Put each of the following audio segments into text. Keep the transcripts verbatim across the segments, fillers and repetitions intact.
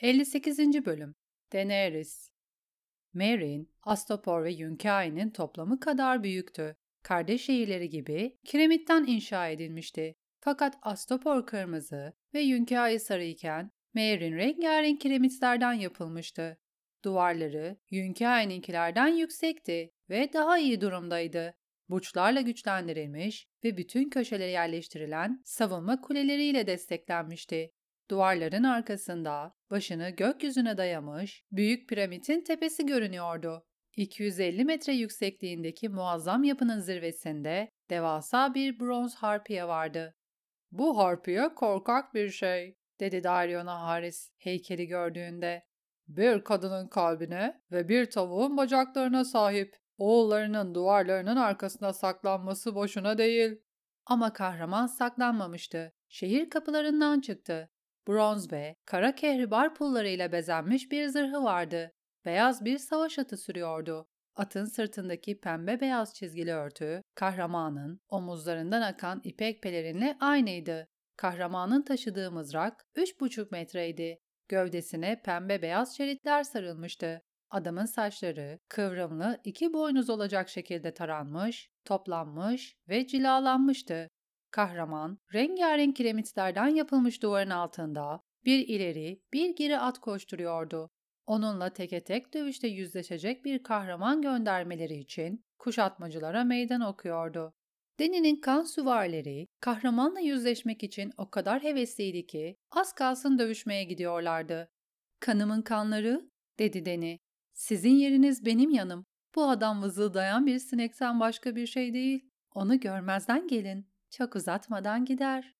elli sekizinci. Bölüm. Daenerys. Meereen, Astapor ve Yunkai toplamı kadar büyüktü. Kardeş şehirleri gibi kiremitten inşa edilmişti. Fakat Astapor kırmızı ve Yunkai sarı iken Meereen rengarenk kiremitlerden yapılmıştı. Duvarları Yunkai'ninkilerden yüksekti ve daha iyi durumdaydı. Burçlarla güçlendirilmiş ve bütün köşelere yerleştirilen savunma kuleleriyle desteklenmişti. Duvarların arkasında başını gökyüzüne dayamış büyük piramidin tepesi görünüyordu. iki yüz elli metre yüksekliğindeki muazzam yapının zirvesinde devasa bir bronz harpiye vardı. "Bu harpiye korkak bir şey," dedi Dario Naharis heykeli gördüğünde. "Bir kadının kalbine ve bir tavuğun bacaklarına sahip. Oğullarının duvarlarının arkasında saklanması boşuna değil." Ama kahraman saklanmamıştı. Şehir kapılarından çıktı. Bronz ve kara kehribar pullarıyla bezenmiş bir zırhı vardı. Beyaz bir savaş atı sürüyordu. Atın sırtındaki pembe beyaz çizgili örtü, kahramanın omuzlarından akan ipek pelerinle aynıydı. Kahramanın taşıdığı mızrak üç buçuk metreydi. Gövdesine pembe beyaz şeritler sarılmıştı. Adamın saçları kıvrımlı iki boynuz olacak şekilde taranmış, toplanmış ve cilalanmıştı. Kahraman, rengarenk kiremitlerden yapılmış duvarın altında bir ileri bir geri at koşturuyordu. Onunla teke tek dövüşte yüzleşecek bir kahraman göndermeleri için kuşatmacılara meydan okuyordu. Deni'nin kan süvarileri kahramanla yüzleşmek için o kadar hevesliydi ki az kalsın dövüşmeye gidiyorlardı. "Kanımın kanları," dedi Deni. "Sizin yeriniz benim yanım. Bu adam vızıldayan bir sinekten başka bir şey değil. Onu görmezden gelin. Çok uzatmadan gider."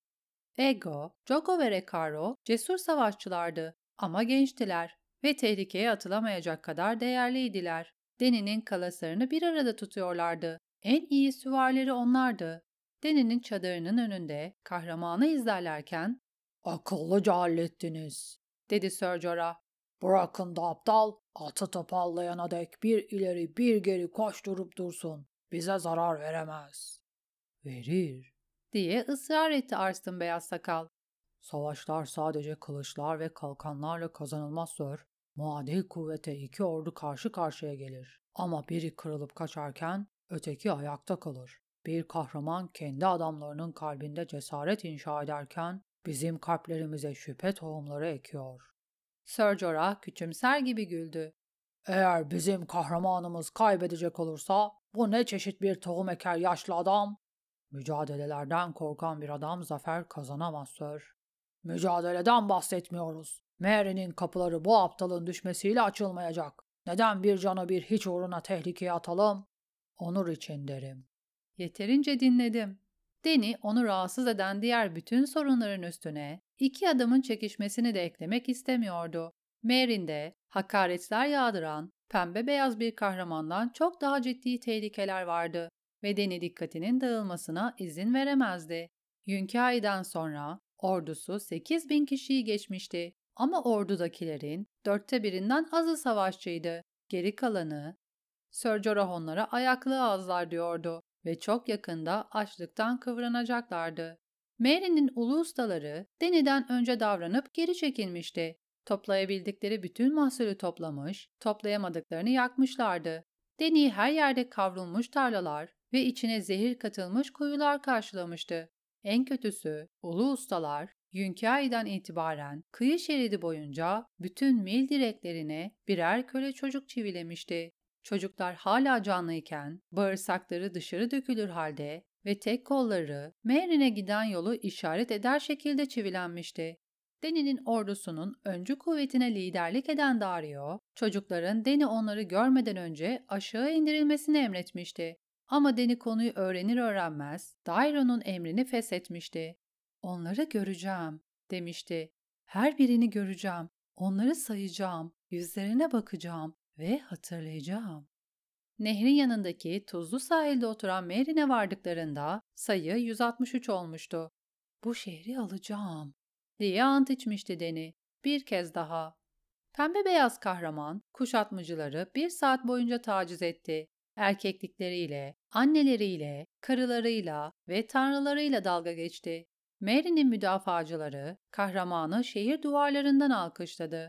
Ego, Jogo ve Recaro cesur savaşçılardı ama gençtiler ve tehlikeye atılamayacak kadar değerliydiler. Deni'nin kalaslarını bir arada tutuyorlardı. En iyi süvarileri onlardı. Deni'nin çadırının önünde kahramanı izlerlerken "Akıllıca hallettiniz," dedi Ser Jorah. "Bırakın da aptal, atı topallayana dek bir ileri bir geri koşturup dursun. Bize zarar veremez." "Verir," diye ısrar etti Arslan Beyaz Sakal. "Savaşlar sadece kılıçlar ve kalkanlarla kazanılmaz Sir. Muadil kuvvete iki ordu karşı karşıya gelir. Ama biri kırılıp kaçarken öteki ayakta kalır. Bir kahraman kendi adamlarının kalbinde cesaret inşa ederken bizim kalplerimize şüphe tohumları ekiyor." Ser Jorah küçümser gibi güldü. "Eğer bizim kahramanımız kaybedecek olursa bu ne çeşit bir tohum eker yaşlı adam? Mücadelelerden korkan bir adam zafer kazanamaz Sir." "Mücadeleden bahsetmiyoruz. Meereen'in kapıları bu aptalın düşmesiyle açılmayacak. Neden bir canı bir hiç uğruna tehlikeye atalım? Onur için derim." Yeterince dinledim. Deni onu rahatsız eden diğer bütün sorunların üstüne iki adamın çekişmesini de eklemek istemiyordu. Meereen'de hakaretler yağdıran pembe beyaz bir kahramandan çok daha ciddi tehlikeler vardı ve Deni dikkatinin dağılmasına izin veremezdi. Yunkai'den sonra ordusu sekiz bin kişiyi geçmişti ama ordudakilerin dörtte birinden azı savaşçıydı. Geri kalanı Ser Jorah onlara ayaklı ağızlar diyordu ve çok yakında açlıktan kıvranacaklardı. Merry'nin ulu ustaları Dany'den önce davranıp geri çekilmişti. Toplayabildikleri bütün mahsulü toplamış, toplayamadıklarını yakmışlardı. Dany'yi her yerde kavrulmuş tarlalar ve içine zehir katılmış kuyular karşılamıştı. En kötüsü, ulu ustalar Yunkai'den itibaren kıyı şeridi boyunca bütün mil direklerine birer köle çocuk çivilemişti. Çocuklar hala canlıyken bağırsakları dışarı dökülür halde ve tek kolları Meereen'e giden yolu işaret eder şekilde çivilenmişti. Dany'nin ordusunun öncü kuvvetine liderlik eden Daario, çocukların Dany onları görmeden önce aşağı indirilmesini emretmişti. Ama Dany konuyu öğrenir öğrenmez Daario'nun emrini feshetmişti. "Onları göreceğim," demişti. "Her birini göreceğim, onları sayacağım, yüzlerine bakacağım ve hatırlayacağım." Nehrin yanındaki tuzlu sahilde oturan Meereen'e vardıklarında sayı yüz altmış üç olmuştu. "Bu şehri alacağım," diye ant içmişti Dany. Bir kez daha. Pembe beyaz kahraman kuşatmacıları bir saat boyunca taciz etti. Erkeklikleriyle, anneleriyle, karılarıyla ve tanrılarıyla dalga geçti. Meereen'in müdafacıları kahramanı şehir duvarlarından alkışladı.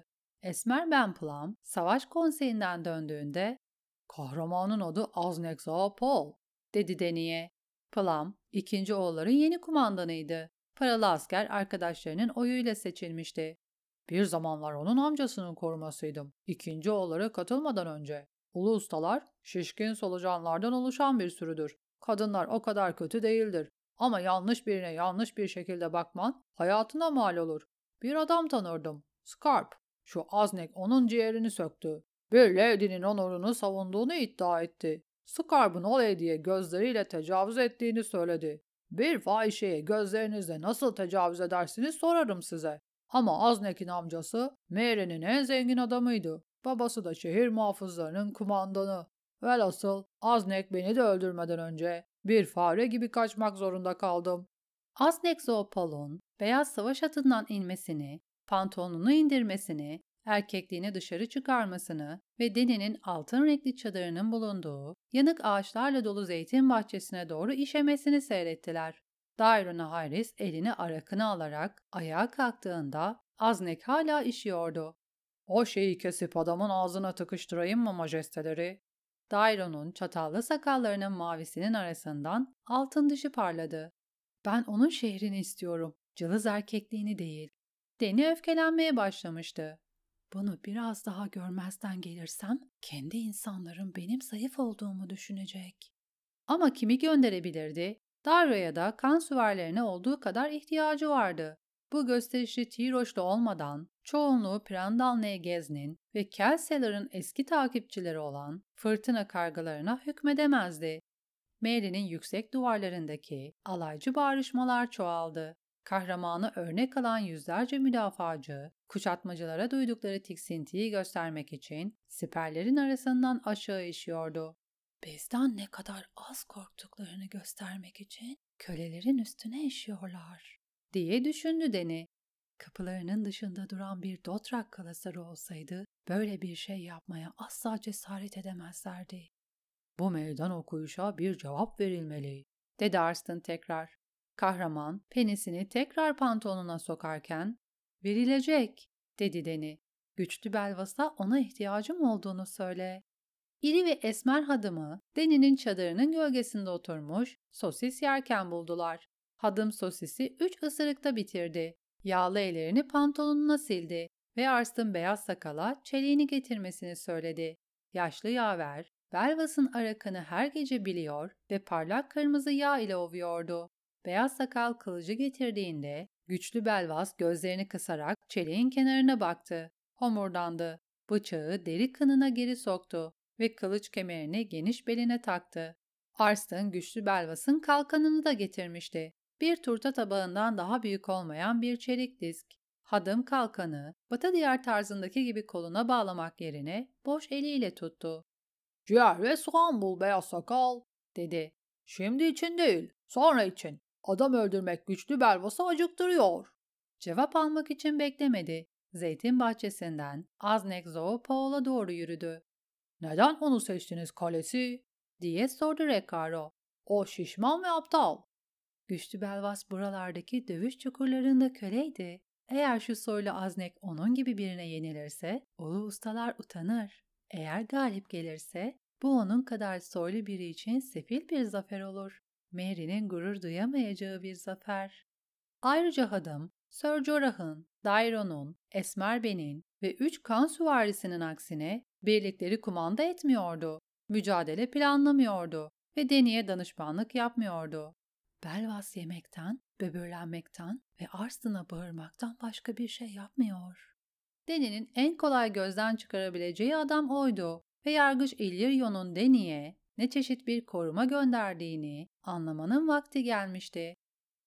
Esmer Ben Plum, savaş konseyinden döndüğünde "Kahramanın adı Aznek Zaapol," dedi Deni'ye. Plum, ikinci oğulların yeni kumandanıydı. Paralı asker arkadaşlarının oyuyla seçilmişti. "Bir zamanlar onun amcasının korumasıydım. İkinci oğullara katılmadan önce. Ulu ustalar, şişkin solucanlardan oluşan bir sürüdür. Kadınlar o kadar kötü değildir. Ama yanlış birine yanlış bir şekilde bakman hayatına mal olur. Bir adam tanırdım. Scarp. Şu Aznek onun ciğerini söktü. Bir lady'nin onurunu savunduğunu iddia etti. Scarp'ın o lady'ye gözleriyle tecavüz ettiğini söyledi. Bir fahişeye gözlerinizle nasıl tecavüz edersiniz sorarım size. Ama Aznek'in amcası Mary'nin en zengin adamıydı. Babası da şehir muhafızlarının kumandanı. Velhasıl Aznek beni de öldürmeden önce bir fare gibi kaçmak zorunda kaldım. Aznek Zoopal'un beyaz savaş atından inmesini, pantolonunu indirmesini, erkekliğini dışarı çıkarmasını ve Deni'nin altın renkli çadırının bulunduğu yanık ağaçlarla dolu zeytin bahçesine doğru işemesini seyrettiler. Dairona Hayris elini arakını alarak ayağa kalktığında Aznek hala işiyordu. "O şeyi kesip adamın ağzına tıkıştırayım mı majesteleri?" Dairon'un çatallı sakallarının mavisinin arasından altın dışı parladı. "Ben onun şehrini istiyorum, cılız erkekliğini değil." Deni öfkelenmeye başlamıştı. "Bunu biraz daha görmezden gelirsem kendi insanlarım benim zayıf olduğumu düşünecek." Ama kimi gönderebilirdi? Darro'ya da kan süvarilerine olduğu kadar ihtiyacı vardı. Bu gösterişli Tiroşlu olmadan çoğunluğu Prandalne Gez'nin ve Kelseller'ın eski takipçileri olan fırtına kargalarına hükmedemezdi. Mary'nin yüksek duvarlarındaki alaycı bağrışmalar çoğaldı. Kahramanı örnek alan yüzlerce müdafacı, kuşatmacılara duydukları tiksintiyi göstermek için siperlerin arasından aşağı işiyordu. Bizden ne kadar az korktuklarını göstermek için kölelerin üstüne işiyorlar, diye düşündü Deni. Kapılarının dışında duran bir Dothraki kalasarı olsaydı böyle bir şey yapmaya asla cesaret edemezlerdi. "Bu meydan okuyuşa bir cevap verilmeli," dedi Arstan tekrar. Kahraman penisini tekrar pantolonuna sokarken "Verilecek," dedi Deni. "Güçlü Belvas'a ona ihtiyacım olduğunu söyle." İri ve esmer hadımı Deni'nin çadırının gölgesinde oturmuş sosis yerken buldular. Hadım sosisi üç ısırıkta bitirdi. Yağlı ellerini pantolonuna sildi ve Arslan beyaz sakala çeliğini getirmesini söyledi. Yaşlı yaver, Belvas'ın arakını her gece biliyor ve parlak kırmızı yağ ile ovuyordu. Beyaz sakal kılıcı getirdiğinde güçlü Belvas gözlerini kısarak çeliğin kenarına baktı. Homurdandı. Bıçağı deri kınına geri soktu ve kılıç kemerini geniş beline taktı. Arslan güçlü Belvas'ın kalkanını da getirmişti. Bir turta tabağından daha büyük olmayan bir çelik disk. Hadım kalkanı, Batı diyar tarzındaki gibi koluna bağlamak yerine boş eliyle tuttu. "Ciğer ve soğan bul beyaz sakal," dedi. "Şimdi için değil, sonra için. Adam öldürmek güçlü Belvas'ı acıktırıyor." Cevap almak için beklemedi. Zeytin bahçesinden Aznek Zoopol'a doğru yürüdü. "Neden onu seçtiniz kalesi?" diye sordu Rekaro. "O şişman ve aptal." Güçlü Belvas buralardaki dövüş çukurlarında köleydi. Eğer şu soylu Aznek onun gibi birine yenilirse ulu ustalar utanır. Eğer galip gelirse bu onun kadar soylu biri için sefil bir zafer olur. Mary'nin gurur duyamayacağı bir zafer. Ayrıca Hadım, Sir Jorah'ın, Dairon'un, Esmer Ben'in ve üç kan süvarisinin aksine birlikleri kumanda etmiyordu. Mücadele planlamıyordu ve Deni'ye danışmanlık yapmıyordu. Belvas yemekten, böbürlenmekten ve Arslan'a bağırmaktan başka bir şey yapmıyor. Deni'nin en kolay gözden çıkarabileceği adam oydu ve Yargıç Illyrion'un Deni'ye ne çeşit bir koruma gönderdiğini anlamanın vakti gelmişti.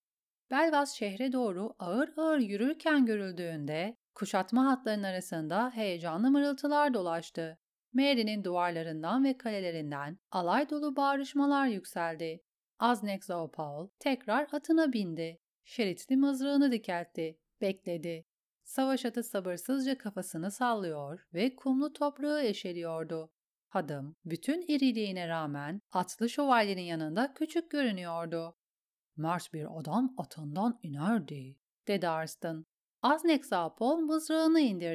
Belvas şehre doğru ağır ağır yürürken görüldüğünde kuşatma hatlarının arasında heyecanlı mırıltılar dolaştı. Mary'nin duvarlarından ve kalelerinden alay dolu bağrışmalar yükseldi. Aznek Zoopal tekrar atına bindi. Şeritli mızrağını dikeltti. Bekledi. Savaş atı sabırsızca kafasını sallıyor ve kumlu toprağı eşeliyordu. Hadım, bütün iriliğine rağmen atlı şövalyenin yanında küçük görünüyordu. "Mert bir adam atından inerdi," dedi Arstan. Aznek Zoopal mızrağını indirdi.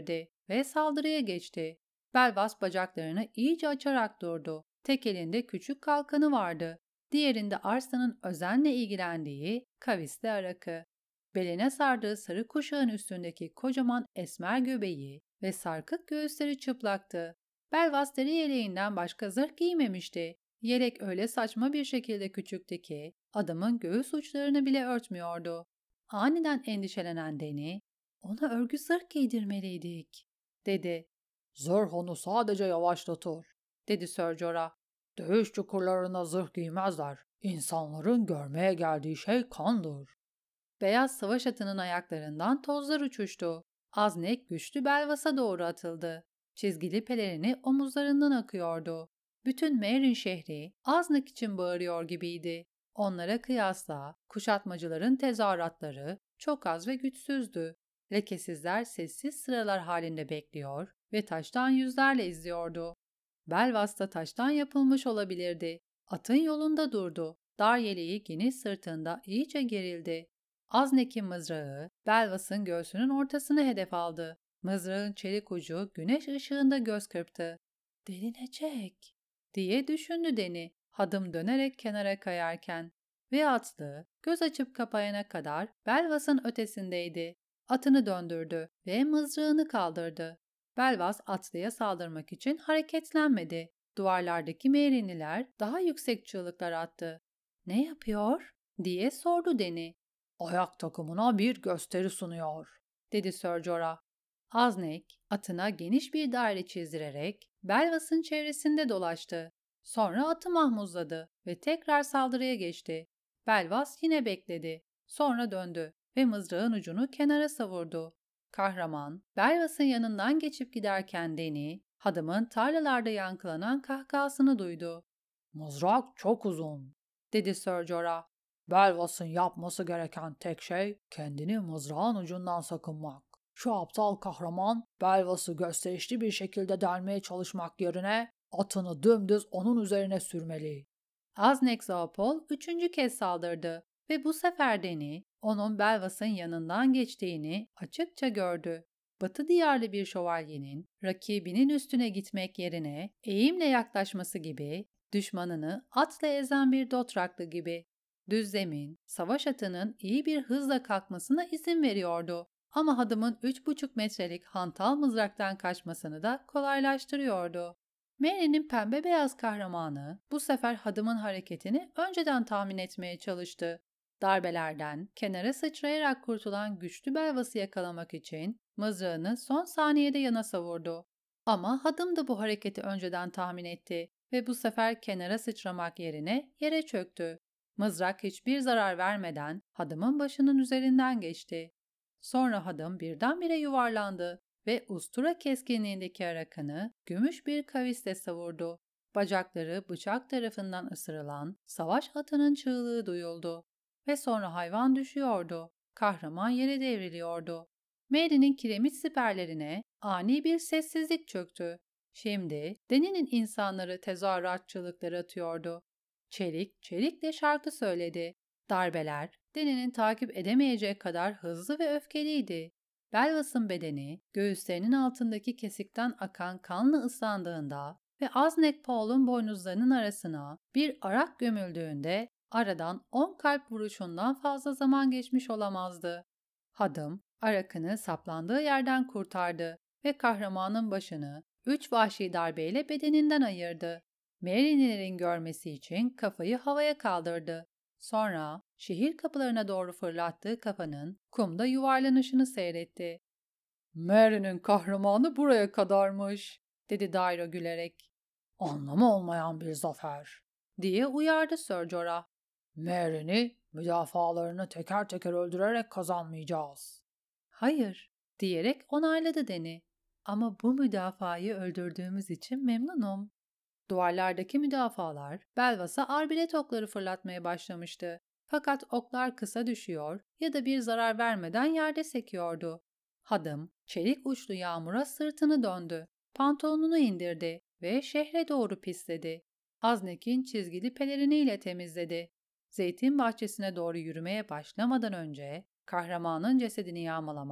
ve saldırıya geçti. Belvas bacaklarını iyice açarak durdu. Tek elinde küçük kalkanı vardı. Diğerinde Arslan'ın özenle ilgilendiği kavisli arakı. Beline sardığı sarı kuşağın üstündeki kocaman esmer göbeği ve sarkık göğüsleri çıplaktı. Belvas deri yeleğinden başka zırh giymemişti. Yelek öyle saçma bir şekilde küçüktü ki adamın göğüs uçlarını bile örtmüyordu. Aniden endişelenen Deni, "Ona örgü zırh giydirmeliydik," dedi. "Zırh onu sadece yavaşlatır," dedi Sir Jorah. "Dövüş çukurlarına zırh giymezler. İnsanların görmeye geldiği şey kandır." Beyaz savaş atının ayaklarından tozlar uçuştu. Aznek güçlü Belvas'a doğru atıldı. Çizgili pelerini omuzlarından akıyordu. Bütün Merin şehri Aznek için bağırıyor gibiydi. Onlara kıyasla kuşatmacıların tezahüratları çok az ve güçsüzdü. Lekesizler sessiz sıralar halinde bekliyor ve taştan yüzlerle izliyordu. Belvas da taştan yapılmış olabilirdi. Atın yolunda durdu. Dar yeleği geniş sırtında iyice gerildi. Aznek'in mızrağı Belvas'ın göğsünün ortasını hedef aldı. Mızrağın çelik ucu güneş ışığında göz kırptı. "Delinecek," diye düşündü Deni, hadım dönerek kenara kayarken. Ve atlı göz açıp kapayana kadar Belvas'ın ötesindeydi. Atını döndürdü ve mızrağını kaldırdı. Belvas atlıya saldırmak için hareketlenmedi. Duvarlardaki Merinliler daha yüksek çığlıklar attı. "Ne yapıyor?" diye sordu Deni. "Ayak takımına bir gösteri sunuyor," dedi Sir Jorah. Aznek atına geniş bir daire çizdirerek Belvas'ın çevresinde dolaştı. Sonra atı mahmuzladı ve tekrar saldırıya geçti. Belvas yine bekledi. Sonra döndü ve mızrağın ucunu kenara savurdu. Kahraman, Belvas'ın yanından geçip giderken Deni, hadımın tarlalarda yankılanan kahkahasını duydu. "Mızrak çok uzun," dedi Sir Jorah. "Belvas'ın yapması gereken tek şey kendini mızrağın ucundan sakınmak. Şu aptal kahraman Belvas'ı gösterişli bir şekilde delmeye çalışmak yerine atını dümdüz onun üzerine sürmeli." Aznek Zaupol üçüncü kez saldırdı ve bu sefer Deni onun Belvas'ın yanından geçtiğini açıkça gördü. Batı diyarlı bir şövalyenin rakibinin üstüne gitmek yerine eğimle yaklaşması gibi, düşmanını atla ezen bir Dothraklı gibi. Düz zemin, savaş atının iyi bir hızla kalkmasına izin veriyordu ama hadımın üç buçuk metrelik hantal mızraktan kaçmasını da kolaylaştırıyordu. Mary'nin pembe beyaz kahramanı bu sefer hadımın hareketini önceden tahmin etmeye çalıştı. Darbelerden kenara sıçrayarak kurtulan güçlü Belvas'ı yakalamak için mızrağını son saniyede yana savurdu. Ama hadım da bu hareketi önceden tahmin etti ve bu sefer kenara sıçramak yerine yere çöktü. Mızrak hiçbir zarar vermeden hadımın başının üzerinden geçti. Sonra hadım birdenbire yuvarlandı ve ustura keskinliğindeki arakanı gümüş bir kavisle savurdu. Bacakları bıçak tarafından ısırılan savaş atının çığlığı duyuldu. Ve sonra hayvan düşüyordu. Kahraman yere devriliyordu. Mary'nin kiremit siperlerine ani bir sessizlik çöktü. Şimdi Deni'nin insanları tezahürat çığlıkları atıyordu. Çelik, çelikle şarkı söyledi. Darbeler, Deni'nin takip edemeyeceği kadar hızlı ve öfkeliydi. Belvas'ın bedeni, göğüslerinin altındaki kesikten akan kanla ıslandığında ve Aznek Paul'un boynuzlarının arasına bir arak gömüldüğünde aradan on kalp vuruşundan fazla zaman geçmiş olamazdı. Hadım, arakını saplandığı yerden kurtardı ve kahramanın başını üç vahşi darbeyle bedeninden ayırdı. Mary'nilerin görmesi için kafayı havaya kaldırdı. Sonra şehir kapılarına doğru fırlattığı kafanın kumda yuvarlanışını seyretti. "Mary'nin kahramanı buraya kadarmış," dedi Dairo gülerek. "Anlamı olmayan bir zafer," diye uyardı Sir Jorah. "Mary'ni müdafalarını teker teker öldürerek kazanmayacağız." "Hayır," diyerek onayladı Deni. "Ama bu müdafayı öldürdüğümüz için memnunum." Duvarlardaki müdafalar Belvas'a arbalet okları fırlatmaya başlamıştı. Fakat oklar kısa düşüyor ya da bir zarar vermeden yerde sekiyordu. Hadım, çelik uçlu yağmura sırtını döndü. Pantolonunu indirdi ve şehre doğru pisledi. Aznek'in çizgili peleriniyle temizledi. Zeytin bahçesine doğru yürümeye başlamadan önce kahramanın cesedini yağmalamak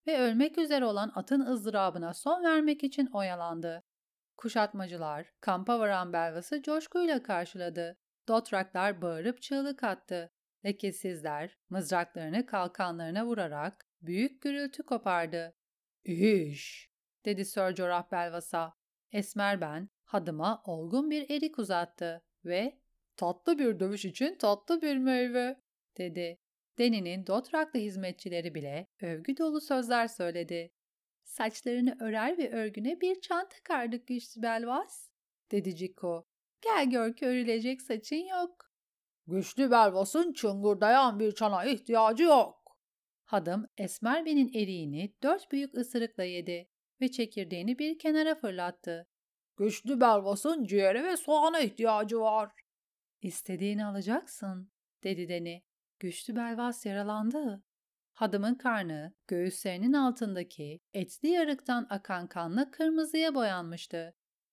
ve ölmek üzere olan atın ızdırabına son vermek için oyalandı. Kuşatmacılar, kampa varan Belvas'ı coşkuyla karşıladı. Dothraklar bağırıp çığlık attı. Lekesizler, mızraklarını kalkanlarına vurarak büyük gürültü kopardı. İyi iş, dedi Sir Jorah Belvas'a. Esmerben, hadıma olgun bir erik uzattı ve tatlı bir dövüş için tatlı bir meyve, dedi. Deni'nin Dothraklı hizmetçileri bile övgü dolu sözler söyledi. Saçlarını örer ve örgüne bir çan takardık güçlü Belvas, dedi Ciko. Gel gör ki örülecek saçın yok. Güçlü Belvas'ın çıngırdayan bir çana ihtiyacı yok. Hadım Esmerben'in eriğini dört büyük ısırıkla yedi ve çekirdeğini bir kenara fırlattı. Güçlü Belvas'ın ciğere ve soğana ihtiyacı var. İstediğini alacaksın, dedi Deni. Güçlü Belvas yaralandı. Hadımın karnı, göğüslerinin altındaki etli yarıktan akan kanla kırmızıya boyanmıştı.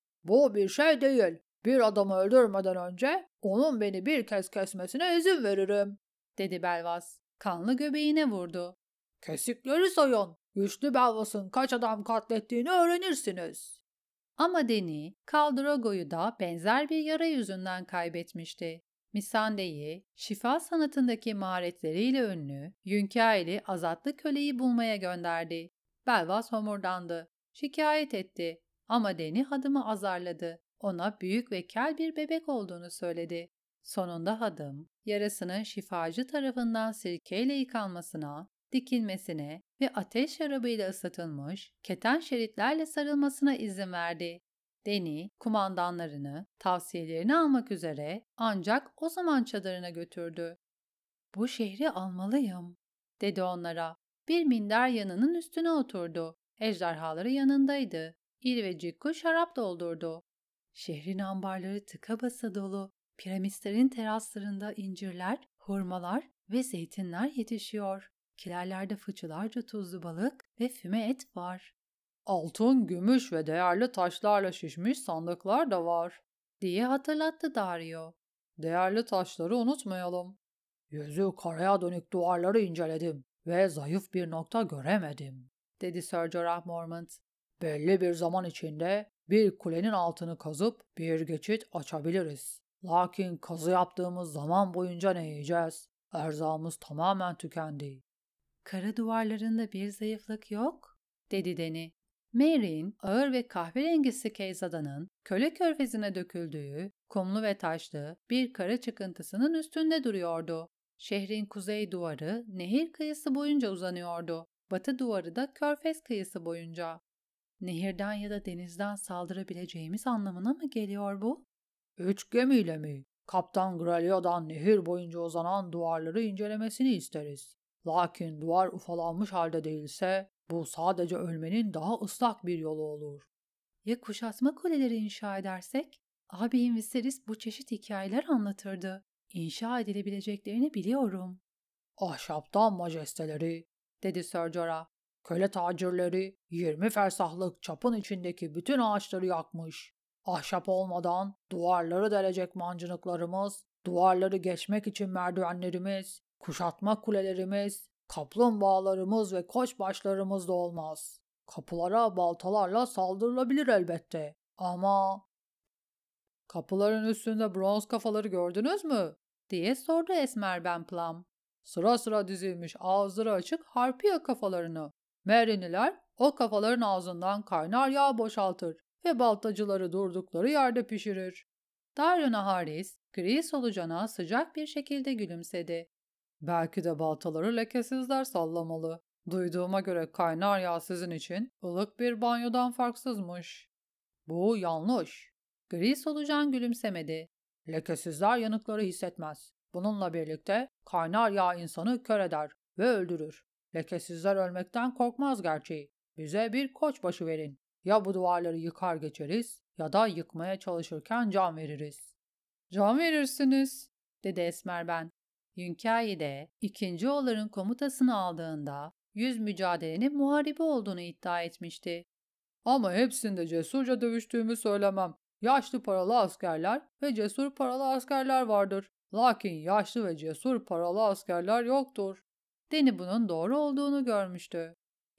Bu bir şey değil. Bir adamı öldürmeden önce onun beni bir kez kesmesine izin veririm, dedi Belvas. Kanlı göbeğine vurdu. Kesikleri sayın. Güçlü Belvas'ın kaç adam katlettiğini öğrenirsiniz. Ama Deni, Khal Drogo'yu da benzer bir yara yüzünden kaybetmişti. Missandei'yi, şifa sanatındaki maharetleriyle ünlü, Yünkail'i azatlı köleyi bulmaya gönderdi. Belvas homurdandı, şikayet etti ama Deni hadımı azarladı. Ona büyük ve kel bir bebek olduğunu söyledi. Sonunda hadım, yarasının şifacı tarafından sirkeyle yıkanmasına, dikilmesine ve ateş şarabıyla ısıtılmış, keten şeritlerle sarılmasına izin verdi. Deni, kumandanlarını, tavsiyelerini almak üzere ancak o zaman çadırına götürdü. "Bu şehri almalıyım," dedi onlara. Bir minder yanının üstüne oturdu. Ejderhaları yanındaydı. İr ve Cikku şarap doldurdu. Şehrin ambarları tıka basa dolu. Piramitlerin teraslarında incirler, hurmalar ve zeytinler yetişiyor. Kilerlerde fıçılarca tuzlu balık ve füme et var. Altın, gümüş ve değerli taşlarla şişmiş sandıklar da var, diye hatırlattı Dario. Değerli taşları unutmayalım. Yüzü karaya dönük duvarları inceledim ve zayıf bir nokta göremedim, dedi Sir Jorah Mormont. Belli bir zaman içinde bir kulenin altını kazıp bir geçit açabiliriz. Lakin kazı yaptığımız zaman boyunca ne yiyeceğiz? Erzağımız tamamen tükendi. Kara duvarlarında bir zayıflık yok, dedi Deni. Merry'in ağır ve kahverengi Skezada'nın köle körfezine döküldüğü, kumlu ve taşlı bir kara çıkıntısının üstünde duruyordu. Şehrin kuzey duvarı nehir kıyısı boyunca uzanıyordu. Batı duvarı da körfez kıyısı boyunca. Nehirden ya da denizden saldırabileceğimiz anlamına mı geliyor bu? Üç gemiyle mi? Kaptan Grelio'dan nehir boyunca uzanan duvarları incelemesini isteriz. Lakin duvar ufalanmış halde değilse bu sadece ölmenin daha ıslak bir yolu olur. Ya kuşatma kuleleri inşa edersek? Ağabeyim Viserys bu çeşit hikayeler anlatırdı. İnşa edilebileceklerini biliyorum. Ahşaptan majesteleri, dedi Sir Jorah. Köle tacirleri yirmi fersahlık çapın içindeki bütün ağaçları yakmış. Ahşap olmadan duvarları delecek mancınıklarımız, duvarları geçmek için merdivenlerimiz, kuşatma kulelerimiz, kaplumbağalarımız ve koçbaşlarımız da olmaz. Kapılara baltalarla saldırılabilir elbette ama... Kapıların üstünde bronz kafaları gördünüz mü? Diye sordu Esmerben Plum. Sıra sıra dizilmiş ağızları açık harpiye kafalarını. Meriniler o kafaların ağzından kaynar yağ boşaltır ve baltacıları durdukları yerde pişirir. Dario Naharis, gri solucana sıcak bir şekilde gülümsedi. Belki de baltaları lekesizler sallamalı. Duyduğuma göre kaynar yağ sizin için ılık bir banyodan farksızmış. Bu yanlış. Gri solucan gülümsemedi. Lekesizler yanıkları hissetmez. Bununla birlikte kaynar yağ insanı kör eder ve öldürür. Lekesizler ölmekten korkmaz gerçi. Bize bir koçbaşı verin. Ya bu duvarları yıkar geçeriz ya da yıkmaya çalışırken can veririz. Can verirsiniz, dedi Esmerben. Yünkai de ikinci oğulların komutasını aldığında yüz mücadelenin muharibi olduğunu iddia etmişti. Ama hepsinde cesurca dövüştüğümü söylemem. Yaşlı paralı askerler ve cesur paralı askerler vardır. Lakin yaşlı ve cesur paralı askerler yoktur. Deni bunun doğru olduğunu görmüştü.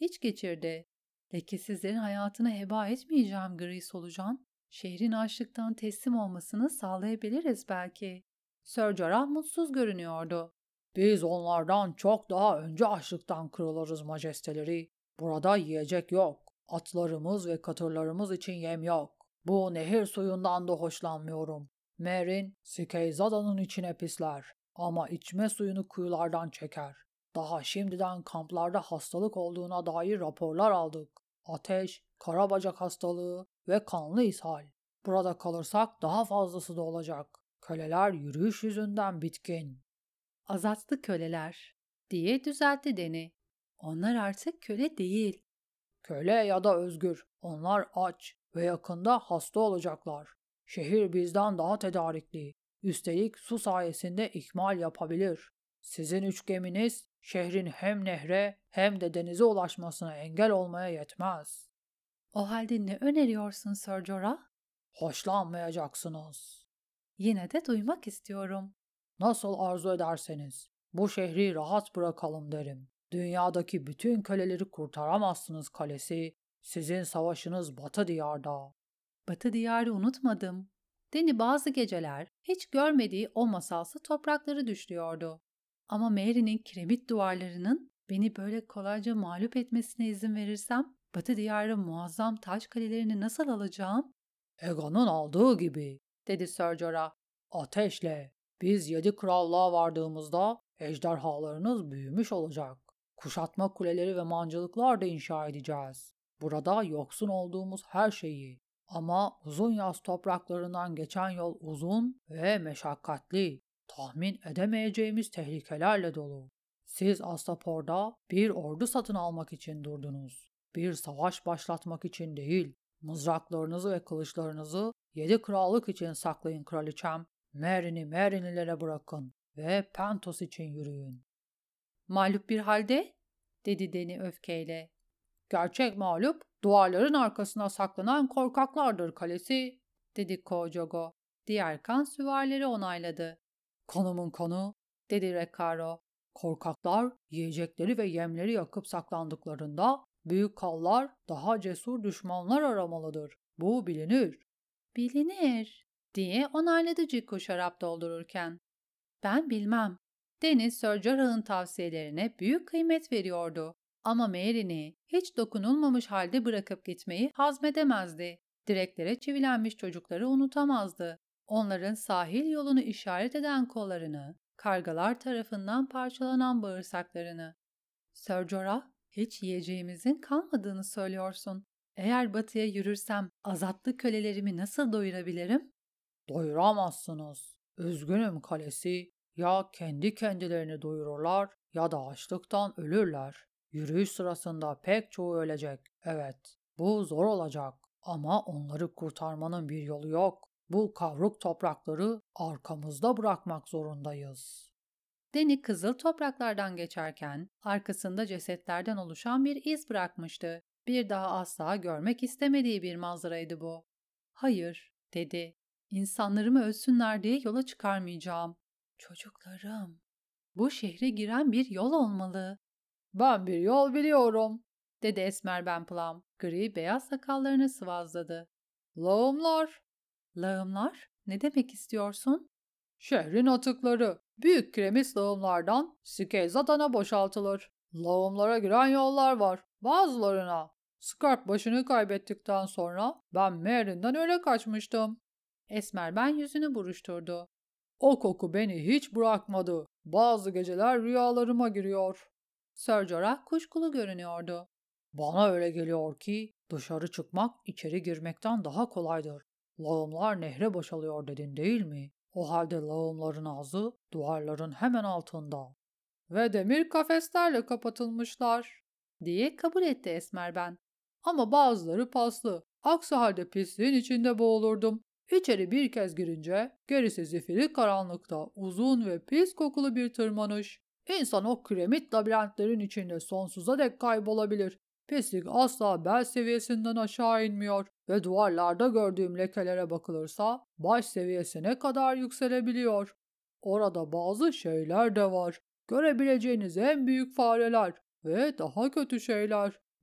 iç geçirdi. Lekesizlerin hayatını heba etmeyeceğim gri solucan. Şehrin açlıktan teslim olmasını sağlayabiliriz belki. Sir Jorah mutsuz görünüyordu. Biz onlardan çok daha önce açlıktan kırılırız majesteleri. Burada yiyecek yok. Atlarımız ve katırlarımız için yem yok. Bu nehir suyundan da hoşlanmıyorum. Meryn, Sikeizada'nın içine pisler. Ama içme suyunu kuyulardan çeker. Daha şimdiden kamplarda hastalık olduğuna dair raporlar aldık. Ateş, karabacak hastalığı ve kanlı ishal. Burada kalırsak daha fazlası da olacak. Köleler yürüyüş yüzünden bitkin. Azatlı köleler diye düzeltti Deni. Onlar artık köle değil. Köle ya da özgür. Onlar aç ve yakında hasta olacaklar. Şehir bizden daha tedarikli. Üstelik su sayesinde ikmal yapabilir. Sizin üç geminiz şehrin hem nehre hem de denize ulaşmasına engel olmaya yetmez. O halde ne öneriyorsun Sir Jorah? Hoşlanmayacaksınız. Yine de duymak istiyorum. Nasıl arzu ederseniz. Bu şehri rahat bırakalım derim. Dünyadaki bütün köleleri kurtaramazsınız kalesi. Sizin savaşınız Batı diyarda. Batı diyarı unutmadım. Deni bazı geceler hiç görmediği o masalsı toprakları düşlüyordu. Ama Merry'nin kiremit duvarlarının beni böyle kolayca mağlup etmesine izin verirsem Batı diyarı muazzam taş kalelerini nasıl alacağım? Aegon'un aldığı gibi, dedi Sir Jorah. Ateşle. Biz yedi krallığa vardığımızda ejderhalarınız büyümüş olacak. Kuşatma kuleleri ve mancılıklar da inşa edeceğiz. Burada yoksun olduğumuz her şeyi. Ama uzun yaz topraklarından geçen yol uzun ve meşakkatli. Tahmin edemeyeceğimiz tehlikelerle dolu. Siz Astapor'da bir ordu satın almak için durdunuz. Bir savaş başlatmak için değil. Mızraklarınızı ve kılıçlarınızı yedi krallık için saklayın kraliçem. Meryn'i Meryn'lilere bırakın ve Pentos için yürüyün. Mağlup bir halde, dedi Deni öfkeyle. Gerçek mağlup duvarların arkasına saklanan korkaklardır kalesi, dedi Kojogo. Diğer kan süvarileri onayladı. Kanımın kanı, dedi Rekaro. Korkaklar yiyecekleri ve yemleri yakıp saklandıklarında büyük kallar daha cesur düşmanlar aramalıdır. Bu bilinir. Bilinir, diye onayladı Cikku şarap doldururken. Ben bilmem. Deniz Sir Jorah'ın tavsiyelerine büyük kıymet veriyordu. Ama Meryn'i hiç dokunulmamış halde bırakıp gitmeyi hazmedemezdi. Direklere çivilenmiş çocukları unutamazdı. Onların sahil yolunu işaret eden kollarını, kargalar tarafından parçalanan bağırsaklarını. Sir Jorah, hiç yiyeceğimizin kalmadığını söylüyorsun. Eğer batıya yürürsem azatlı kölelerimi nasıl doyurabilirim? Doyuramazsınız. Üzgünüm kalesi. Ya kendi kendilerini doyururlar ya da açlıktan ölürler. Yürüyüş sırasında pek çoğu ölecek. Evet, bu zor olacak. Ama onları kurtarmanın bir yolu yok. Bu kavruk toprakları arkamızda bırakmak zorundayız. Deni kızıl topraklardan geçerken arkasında cesetlerden oluşan bir iz bırakmıştı. Bir daha asla görmek istemediği bir manzaraydı bu. Hayır, dedi. İnsanlarımı ölsünler diye yola çıkarmayacağım. Çocuklarım. Bu şehre giren bir yol olmalı. Ben bir yol biliyorum, dedi Esmer Benplam. Gri beyaz sakallarını sıvazladı. Lağımlar. Lağımlar? Ne demek istiyorsun? Şehrin atıkları büyük kiremit lağımlardan Sikeizada'na boşaltılır. Lağımlara giren yollar var. Bazılarına. Scarp başını kaybettikten sonra ben Meryn'den öyle kaçmıştım. Esmer ben yüzünü buruşturdu. O koku beni hiç bırakmadı. Bazı geceler rüyalarıma giriyor. Sir Jorah kuşkulu görünüyordu. Bana öyle geliyor ki dışarı çıkmak içeri girmekten daha kolaydır. Lağımlar nehre boşalıyor dedin değil mi? O halde lağımların ağzı duvarların hemen altında. Ve demir kafeslerle kapatılmışlar, diye kabul etti Esmer ben. Ama bazıları paslı. Aksi halde pisliğin içinde boğulurdum. İçeri bir kez girince gerisi zifiri karanlıkta uzun ve pis kokulu bir tırmanış. İnsan o kiremit labirentlerin içinde sonsuza dek kaybolabilir. Pislik asla bel seviyesinden aşağı inmiyor ve duvarlarda gördüğüm lekelere bakılırsa baş seviyesine kadar yükselebiliyor. Orada bazı şeyler de var. Görebileceğiniz en büyük fareler ve daha kötü şeyler.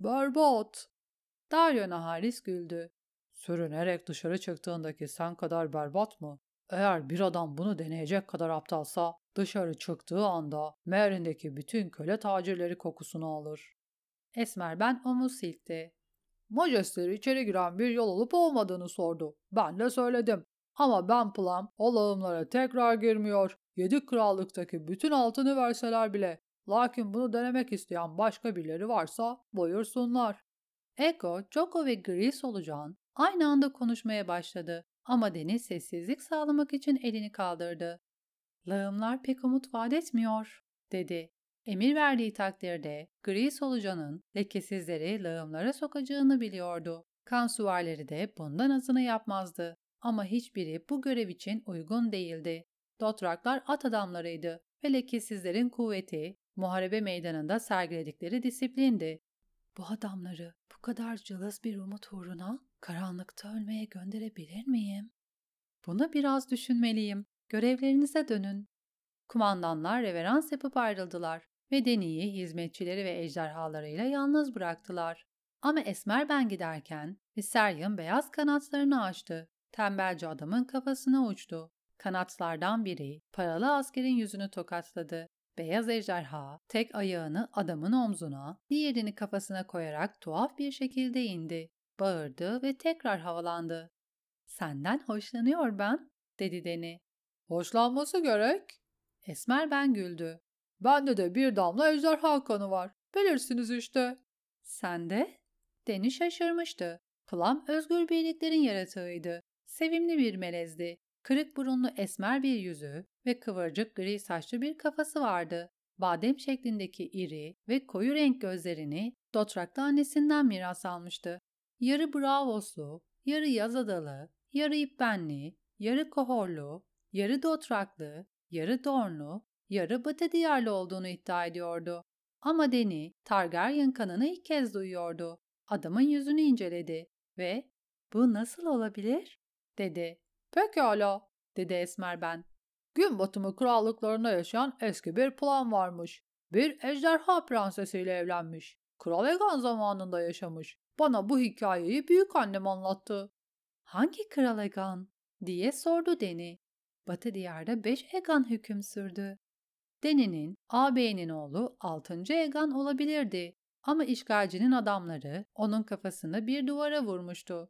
Berbat. Dario Naharis güldü. Sürünerek dışarı çıktığındaki sen kadar berbat mı? Eğer bir adam bunu deneyecek kadar aptalsa dışarı çıktığı anda Merin'deki bütün köle tacirleri kokusunu alır. Esmerben omuz silkti. Majesteleri içeri giren bir yol olup olmadığını sordu. Ben de söyledim. Ama ben Plum o lağımlara tekrar girmiyor. Yedi krallıktaki bütün altını verseler bile. Lakin bunu denemek isteyen başka birileri varsa buyursunlar. Eko, Joko ve Gri solucan aynı anda konuşmaya başladı ama Deniz sessizlik sağlamak için elini kaldırdı. Lağımlar pek umut vaat etmiyor, dedi. Emir verdiği takdirde Gri solucanın lekesizleri lağımlara sokacağını biliyordu. Kan süvarileri de bundan azını yapmazdı. Ama hiçbiri bu görev için uygun değildi. Dothraklar at adamlarıydı ve lekesizlerin kuvveti, muharebe meydanında sergiledikleri disiplindi. Bu adamları bu kadar cılız bir umut uğruna karanlıkta ölmeye gönderebilir miyim? Bunu biraz düşünmeliyim. Görevlerinize dönün. Kumandanlar reverans yapıp ayrıldılar ve Deni'yi hizmetçileri ve ejderhalarıyla yalnız bıraktılar. Ama Esmer ben giderken Viserion beyaz kanatlarını açtı. Tembelce adamın kafasına uçtu. Kanatlardan biri paralı askerin yüzünü tokatladı. Beyaz ejderha tek ayağını adamın omzuna, diğerini kafasına koyarak tuhaf bir şekilde indi. Bağırdı ve tekrar havalandı. "Senden hoşlanıyor ben," dedi Deni. Hoşlanması gerek. Esmer ben güldü. Bende de bir damla ejderha kanı var. Bilirsiniz işte. Sende? Deni şaşırmıştı. Plum özgür birliklerin yaratığıydı. Sevimli bir melezdi. Kırık burunlu esmer bir yüzü ve kıvırcık gri saçlı bir kafası vardı. Badem şeklindeki iri ve koyu renk gözlerini Dothrak'ta annesinden miras almıştı. Yarı Bravoslu, yarı Yazadalı, yarı İpbenli, yarı Kohorlu, yarı Dothraklı, yarı Dornlu, yarı Batı diyarlı olduğunu iddia ediyordu. Ama Deni, Targaryen kanını ilk kez duyuyordu. Adamın yüzünü inceledi ve "Bu nasıl olabilir?" dedi. Pekala, dedi Esmer ben. Gün batımı krallıklarında yaşayan eski bir plan varmış. Bir ejderha prensesiyle evlenmiş. Kral Egan zamanında yaşamış. Bana bu hikayeyi büyük annem anlattı. "Hangi Kral Egan?" diye sordu Deni. Batı diyarda beş Egan hüküm sürdü. Deni'nin ağabeyinin oğlu altıncı Egan olabilirdi ama işgalcinin adamları onun kafasını bir duvara vurmuştu.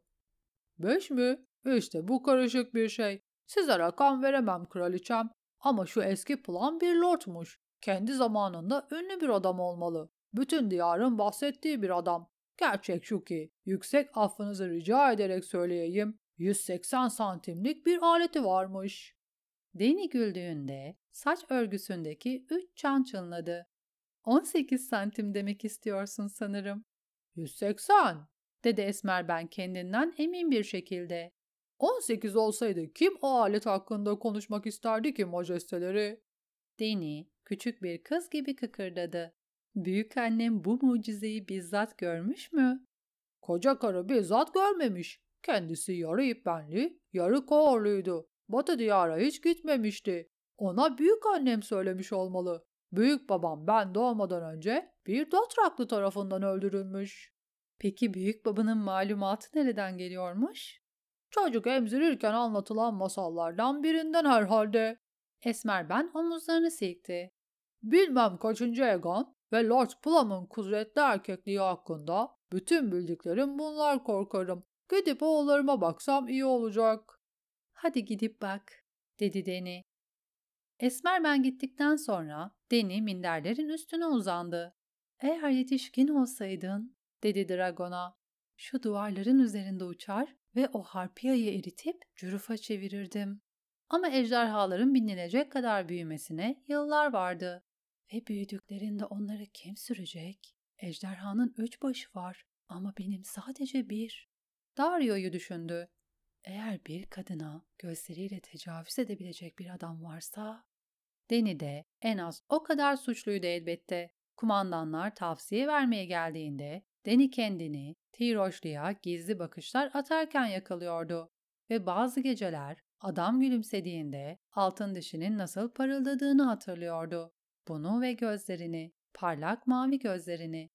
Beş mi? İşte bu karışık bir şey. Size rakam veremem kraliçem ama şu eski plan bir lordmuş. Kendi zamanında ünlü bir adam olmalı. Bütün diyarın bahsettiği bir adam. Gerçek şu ki, yüksek affınızı rica ederek söyleyeyim, yüz seksen santimlik bir aleti varmış. Deni güldüğünde saç örgüsündeki üç çan çınladı. on sekiz santim demek istiyorsun sanırım. yüz seksen, dedi Esmer ben kendinden emin bir şekilde. on sekiz olsaydı kim o alet hakkında konuşmak isterdi ki majesteleri? Deni küçük bir kız gibi kıkırdadı. Büyük annem bu mucizeyi bizzat görmüş mü? Koca karı bizzat görmemiş. Kendisi yarı İpbenli, yarı Koğorluydu. Batı diyara hiç gitmemişti. Ona büyük annem söylemiş olmalı. Büyük babam ben doğmadan önce bir Dothraklı tarafından öldürülmüş. Peki büyük babanın malumatı nereden geliyormuş? Çocuk emzirirken anlatılan masallardan birinden herhalde. Esmer ben omuzlarını silkti. Bilmem kaçıncı Egan ve Lord Plum'un kudretli erkekliği hakkında bütün bildiklerim bunlar korkarım. Gidip oğullarıma baksam iyi olacak. Hadi gidip bak, dedi Deni. Esmer ben gittikten sonra Deni minderlerin üstüne uzandı. Eğer yetişkin olsaydın, dedi Dragon'a, şu duvarların üzerinde uçar ve o harpiyayı eritip cürufa çevirirdim. Ama ejderhaların binilecek kadar büyümesine yıllar vardı. Ve büyüdüklerinde onları kim sürecek? Ejderhanın üç başı var ama benim sadece bir. Dario'yu düşündü. Eğer bir kadına gözleriyle tecavüz edebilecek bir adam varsa... Deni de en az o kadar suçluydu elbette. Kumandanlar tavsiye vermeye geldiğinde Deni kendini Tiroşlu'ya gizli bakışlar atarken yakalıyordu. Ve bazı geceler adam gülümsediğinde altın dişinin nasıl parıldadığını hatırlıyordu. Bunu ve gözlerini, parlak mavi gözlerini.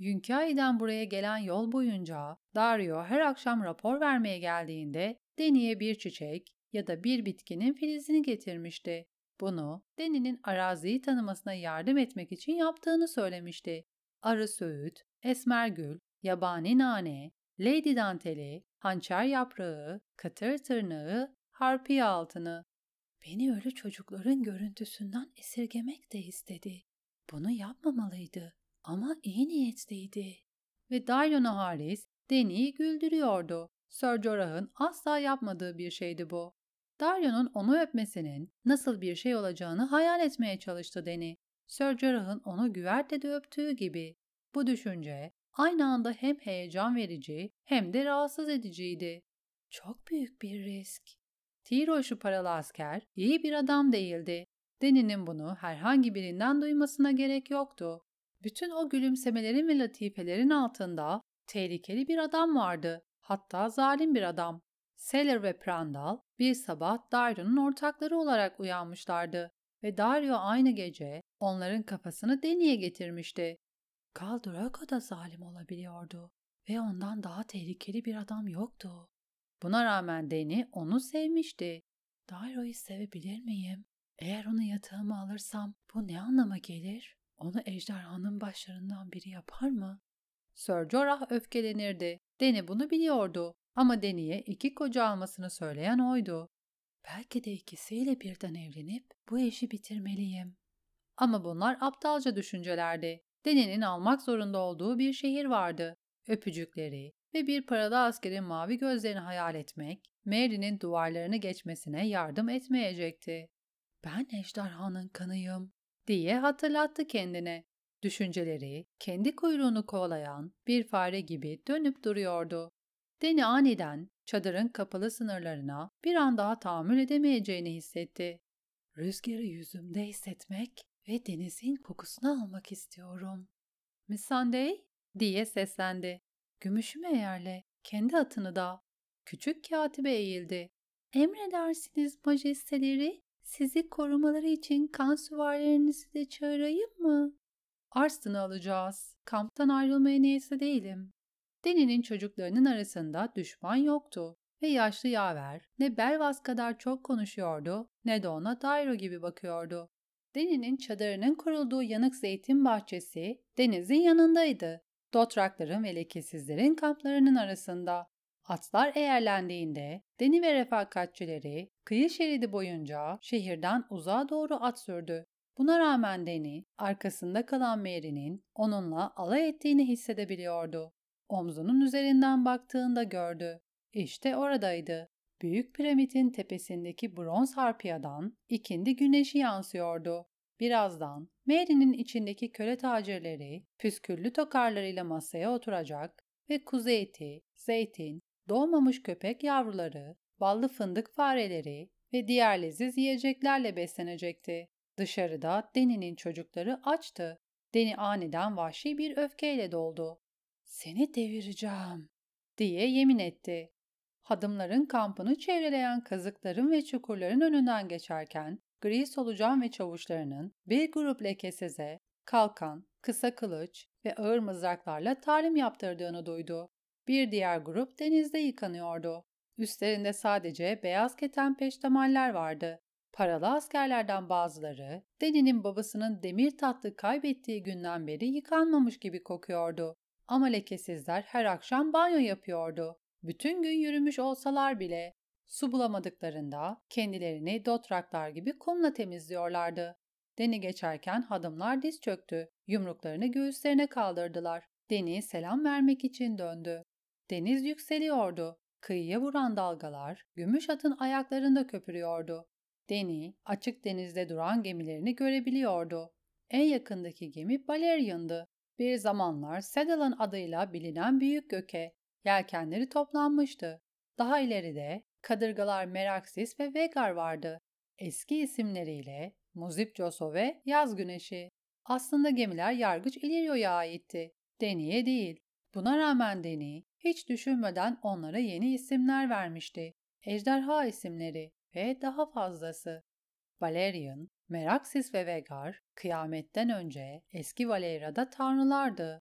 Yunkai'den buraya gelen yol boyunca Dario her akşam rapor vermeye geldiğinde Deni'ye bir çiçek ya da bir bitkinin filizini getirmişti. Bunu Deni'nin araziyi tanımasına yardım etmek için yaptığını söylemişti. Arı söğüt, esmergül, yabani nane, lady danteli, hançer yaprağı, kıtır tırnağı, harpiye altını. Beni ölü çocukların görüntüsünden esirgemek de istedi. Bunu yapmamalıydı ama iyi niyetliydi. Ve Dylon Harris, Deni'yi güldürüyordu. Sir Jorah'ın asla yapmadığı bir şeydi bu. Darion'un onu öpmesinin nasıl bir şey olacağını hayal etmeye çalıştı Deni. Sir Jorah'ın onu güvertede öptüğü gibi. Bu düşünce aynı anda hem heyecan verici hem de rahatsız ediciydi. Çok büyük bir risk. Tiroş'u paralı asker iyi bir adam değildi. Deni'nin bunu herhangi birinden duymasına gerek yoktu. Bütün o gülümsemelerin ve latifelerin altında tehlikeli bir adam vardı. Hatta zalim bir adam. Sailor ve Prandal bir sabah Dario'nun ortakları olarak uyanmışlardı ve Dario aynı gece onların kafasını Deni'ye getirmişti. Khal Drogo da zalim olabiliyordu ve ondan daha tehlikeli bir adam yoktu. Buna rağmen Deni onu sevmişti. Dario'yu sevebilir miyim? Eğer onu yatağıma alırsam bu ne anlama gelir? Onu ejderhanın başlarından biri yapar mı? Sir Jorah öfkelenirdi. Deni bunu biliyordu ama Deni'ye iki koca almasını söyleyen oydu. Belki de ikisiyle birden evlenip bu işi bitirmeliyim. Ama bunlar aptalca düşüncelerdi. Deni'nin almak zorunda olduğu bir şehir vardı. Öpücükleri ve bir paralı askerin mavi gözlerini hayal etmek, Merry'nin duvarlarını geçmesine yardım etmeyecekti. Ben ejderhanın kanıyım diye hatırlattı kendine. Düşünceleri kendi kuyruğunu kovalayan bir fare gibi dönüp duruyordu. Deni aniden çadırın kapalı sınırlarına bir an daha tahammül edemeyeceğini hissetti. Rüzgarı yüzümde hissetmek ve denizin kokusunu almak istiyorum. Miss Sunday diye seslendi. Gümüşümü eğerle, kendi atını da. Küçük katibe eğildi. Emredersiniz majesteleri, sizi korumaları için kan süvarilerinizi de çağırayım mı? Arslan'ı alacağız. Kamptan ayrılmaya niyetli değilim. Deni'nin çocuklarının arasında düşman yoktu ve yaşlı yaver ne Belvas kadar çok konuşuyordu ne de ona Dairo gibi bakıyordu. Deni'nin çadırının kurulduğu yanık zeytin bahçesi denizin yanındaydı. Dothrakların ve lekesizlerin kamplarının arasında. Atlar eğerlendiğinde Deni ve refakatçileri kıyı şeridi boyunca şehirden uzağa doğru at sürdü. Buna rağmen Deni arkasında kalan Merry'nin onunla alay ettiğini hissedebiliyordu. Omzunun üzerinden baktığında gördü. İşte oradaydı. Büyük piramidin tepesindeki bronz harpiyadan ikindi güneşi yansıyordu. Birazdan Mary'nin içindeki köle tacirleri püsküllü tokarlarıyla masaya oturacak ve kuzu eti, zeytin, doğmamış köpek yavruları, ballı fındık fareleri ve diğer leziz yiyeceklerle beslenecekti. Dışarıda Deni'nin çocukları açtı. Deni aniden vahşi bir öfkeyle doldu. "Seni devireceğim," diye yemin etti. Hadımların kampını çevreleyen kazıkların ve çukurların önünden geçerken gri solucan ve çavuşlarının bir grup lekesize, kalkan, kısa kılıç ve ağır mızraklarla talim yaptırdığını duydu. Bir diğer grup denizde yıkanıyordu. Üstlerinde sadece beyaz keten peştemaller vardı. Paralı askerlerden bazıları, Deni'nin babasının demir tahtı kaybettiği günden beri yıkanmamış gibi kokuyordu. Ama lekesizler her akşam banyo yapıyordu. Bütün gün yürümüş olsalar bile su bulamadıklarında kendilerini dothraklar gibi kumla temizliyorlardı. Deni geçerken hadımlar diz çöktü. Yumruklarını göğüslerine kaldırdılar. Deni selam vermek için döndü. Deniz yükseliyordu. Kıyıya vuran dalgalar gümüş atın ayaklarında köpürüyordu. Deni açık denizde duran gemilerini görebiliyordu. En yakındaki gemi Balerian'dı. Bir zamanlar Sedalan adıyla bilinen büyük göke, yelkenleri toplanmıştı. Daha ileride kadırgalar Meraksis ve Vegar vardı. Eski isimleriyle Muzip Joso ve Yaz Güneşi. Aslında gemiler Yargıç Illyrio'ya aitti. Deni'ye değil. Buna rağmen Deni hiç düşünmeden onlara yeni isimler vermişti. Ejderha isimleri ve daha fazlası. Valerian, Meraksis ve Vegar, kıyametten önce eski Valeria'da tanrılardı.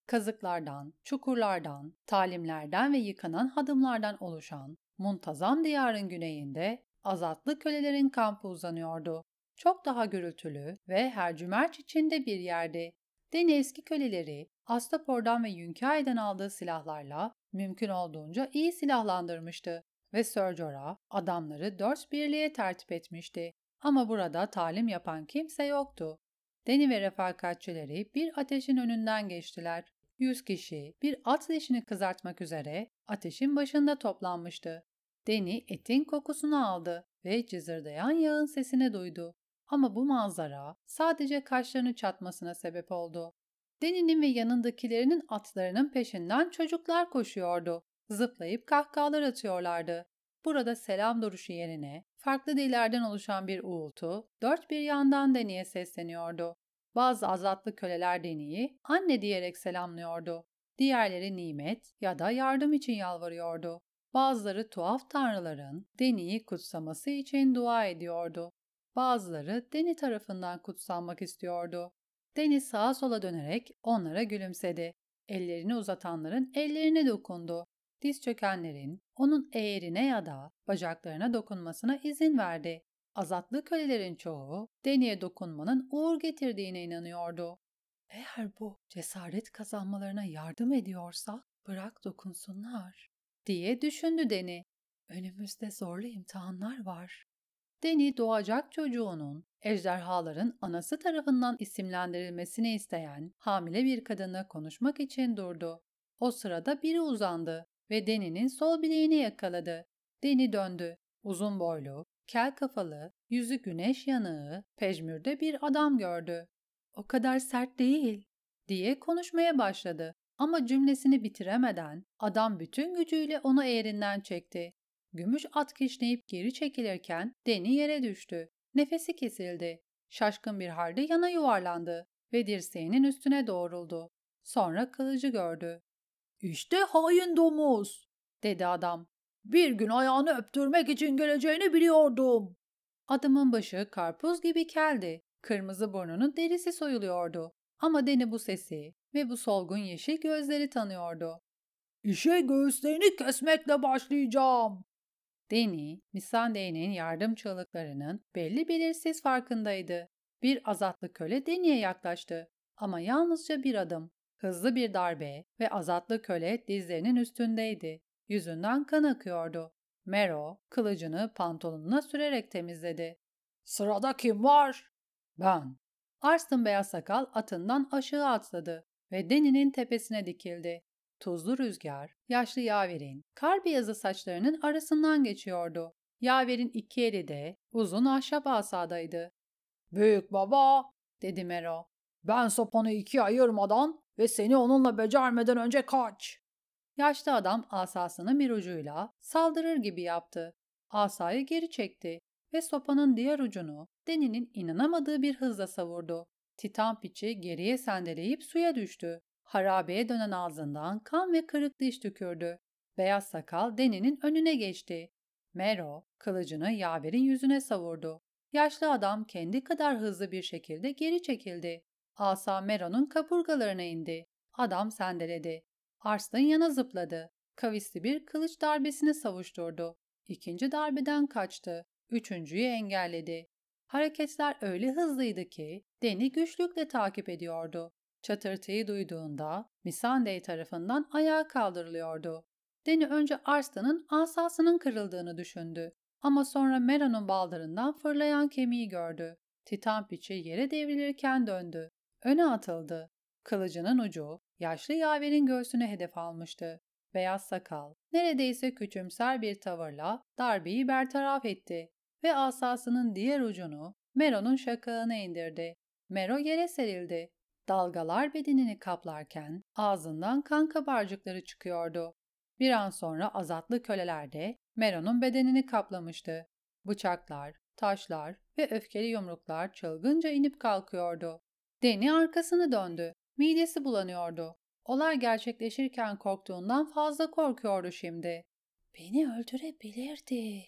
Kazıklardan, çukurlardan, talimlerden ve yıkanan hadımlardan oluşan muntazam diyarın güneyinde azatlı kölelerin kampı uzanıyordu. Çok daha gürültülü ve hercümerç içinde bir yerdi. Deni eski köleleri Astapor'dan ve Yünkae'den aldığı silahlarla mümkün olduğunca iyi silahlandırmıştı ve Sir Jorah adamları dört birliğe tertip etmişti. Ama burada talim yapan kimse yoktu. Deni ve refakatçileri bir ateşin önünden geçtiler. Yüz kişi bir at leşini kızartmak üzere ateşin başında toplanmıştı. Deni etin kokusunu aldı ve cızırdayan yağın sesini duydu. Ama bu manzara sadece kaşlarını çatmasına sebep oldu. Deni'nin ve yanındakilerinin atlarının peşinden çocuklar koşuyordu. Zıplayıp kahkahalar atıyorlardı. Burada selam duruşu yerine farklı dillerden oluşan bir uğultu dört bir yandan Deni'ye sesleniyordu. Bazı azatlı köleler Deni'yi anne diyerek selamlıyordu. Diğerleri nimet ya da yardım için yalvarıyordu. Bazıları tuhaf tanrıların Deni'yi kutsaması için dua ediyordu. Bazıları Deni tarafından kutsanmak istiyordu. Deni sağa sola dönerek onlara gülümsedi. Ellerini uzatanların ellerine dokundu. Diz çökenlerin onun eğerine ya da bacaklarına dokunmasına izin verdi. Azatlı kölelerin çoğu Deni'ye dokunmanın uğur getirdiğine inanıyordu. Eğer bu cesaret kazanmalarına yardım ediyorsa bırak dokunsunlar, diye düşündü Deni. Önümüzde zorlu imtihanlar var. Deni doğacak çocuğunun ejderhaların anası tarafından isimlendirilmesini isteyen hamile bir kadınla konuşmak için durdu. O sırada biri uzandı ve Deni'nin sol bileğini yakaladı. Deni döndü. Uzun boylu, kel kafalı, yüzü güneş yanığı, pejmürde bir adam gördü. "O kadar sert değil," diye konuşmaya başladı. Ama cümlesini bitiremeden adam bütün gücüyle onu eğerinden çekti. Gümüş at kişneyip geri çekilirken Deni yere düştü. Nefesi kesildi. Şaşkın bir halde yana yuvarlandı ve dirseğinin üstüne doğruldu. Sonra kılıcı gördü. "İşte hain domuz," dedi adam. "Bir gün ayağını öptürmek için geleceğini biliyordum." Adamın başı karpuz gibi keldi. Kırmızı burnunun derisi soyuluyordu. Ama Deni bu sesi ve bu solgun yeşil gözleri tanıyordu. "İşe göğüslerini kesmekle başlayacağım." Deni, Missandei'nin yardım çığlıklarının belli belirsiz farkındaydı. Bir azatlı köle Deni'ye yaklaştı. Ama yalnızca bir adım. Hızlı bir darbe ve azatlı köle dizlerinin üstündeydi. Yüzünden kan akıyordu. Mero, kılıcını pantolonuna sürerek temizledi. "Sırada kim var?" "Ben." Arslan beyaz sakal atından aşağı atladı ve Deni'nin tepesine dikildi. Tuzlu rüzgar, yaşlı yaverin, kar beyazı saçlarının arasından geçiyordu. Yaverin iki eli de uzun ahşap asadaydı. "Büyük baba," dedi Mero. "ben sopanı ikiye ayırmadan ve seni onunla becermeden önce kaç." Yaşlı adam asasını bir ucuyla saldırır gibi yaptı. Asayı geri çekti ve sopanın diğer ucunu Deni'nin inanamadığı bir hızla savurdu. Titan piçi geriye sendeleyip suya düştü. Harabeye dönen ağzından kan ve kırık diş tükürdü. Beyaz sakal Deni'nin önüne geçti. Mero kılıcını yaverin yüzüne savurdu. Yaşlı adam kendi kadar hızlı bir şekilde geri çekildi. Asa Mero'nun kaburgalarına indi. Adam sendeledi. Arslan yana zıpladı. Kavisli bir kılıç darbesini savuşturdu. İkinci darbeden kaçtı. Üçüncüyü engelledi. Hareketler öyle hızlıydı ki Deni güçlükle takip ediyordu. Çatırtıyı duyduğunda Missandei tarafından ayağa kaldırılıyordu. Deni önce Arslan'ın asasının kırıldığını düşündü. Ama sonra Mero'nun baldırından fırlayan kemiği gördü. Titan piçi yere devrilirken döndü. Öne atıldı. Kılıcının ucu yaşlı yaverin göğsüne hedef almıştı. Beyaz sakal neredeyse küçümser bir tavırla darbeyi bertaraf etti ve asasının diğer ucunu Mero'nun şakağına indirdi. Mero yere serildi. Dalgalar bedenini kaplarken ağzından kan kabarcıkları çıkıyordu. Bir an sonra azatlı köleler de Mero'nun bedenini kaplamıştı. Bıçaklar, taşlar ve öfkeli yumruklar çılgınca inip kalkıyordu. Deni arkasını döndü. Midesi bulanıyordu. Olay gerçekleşirken korktuğundan fazla korkuyordu şimdi. "Beni öldürebilirdi."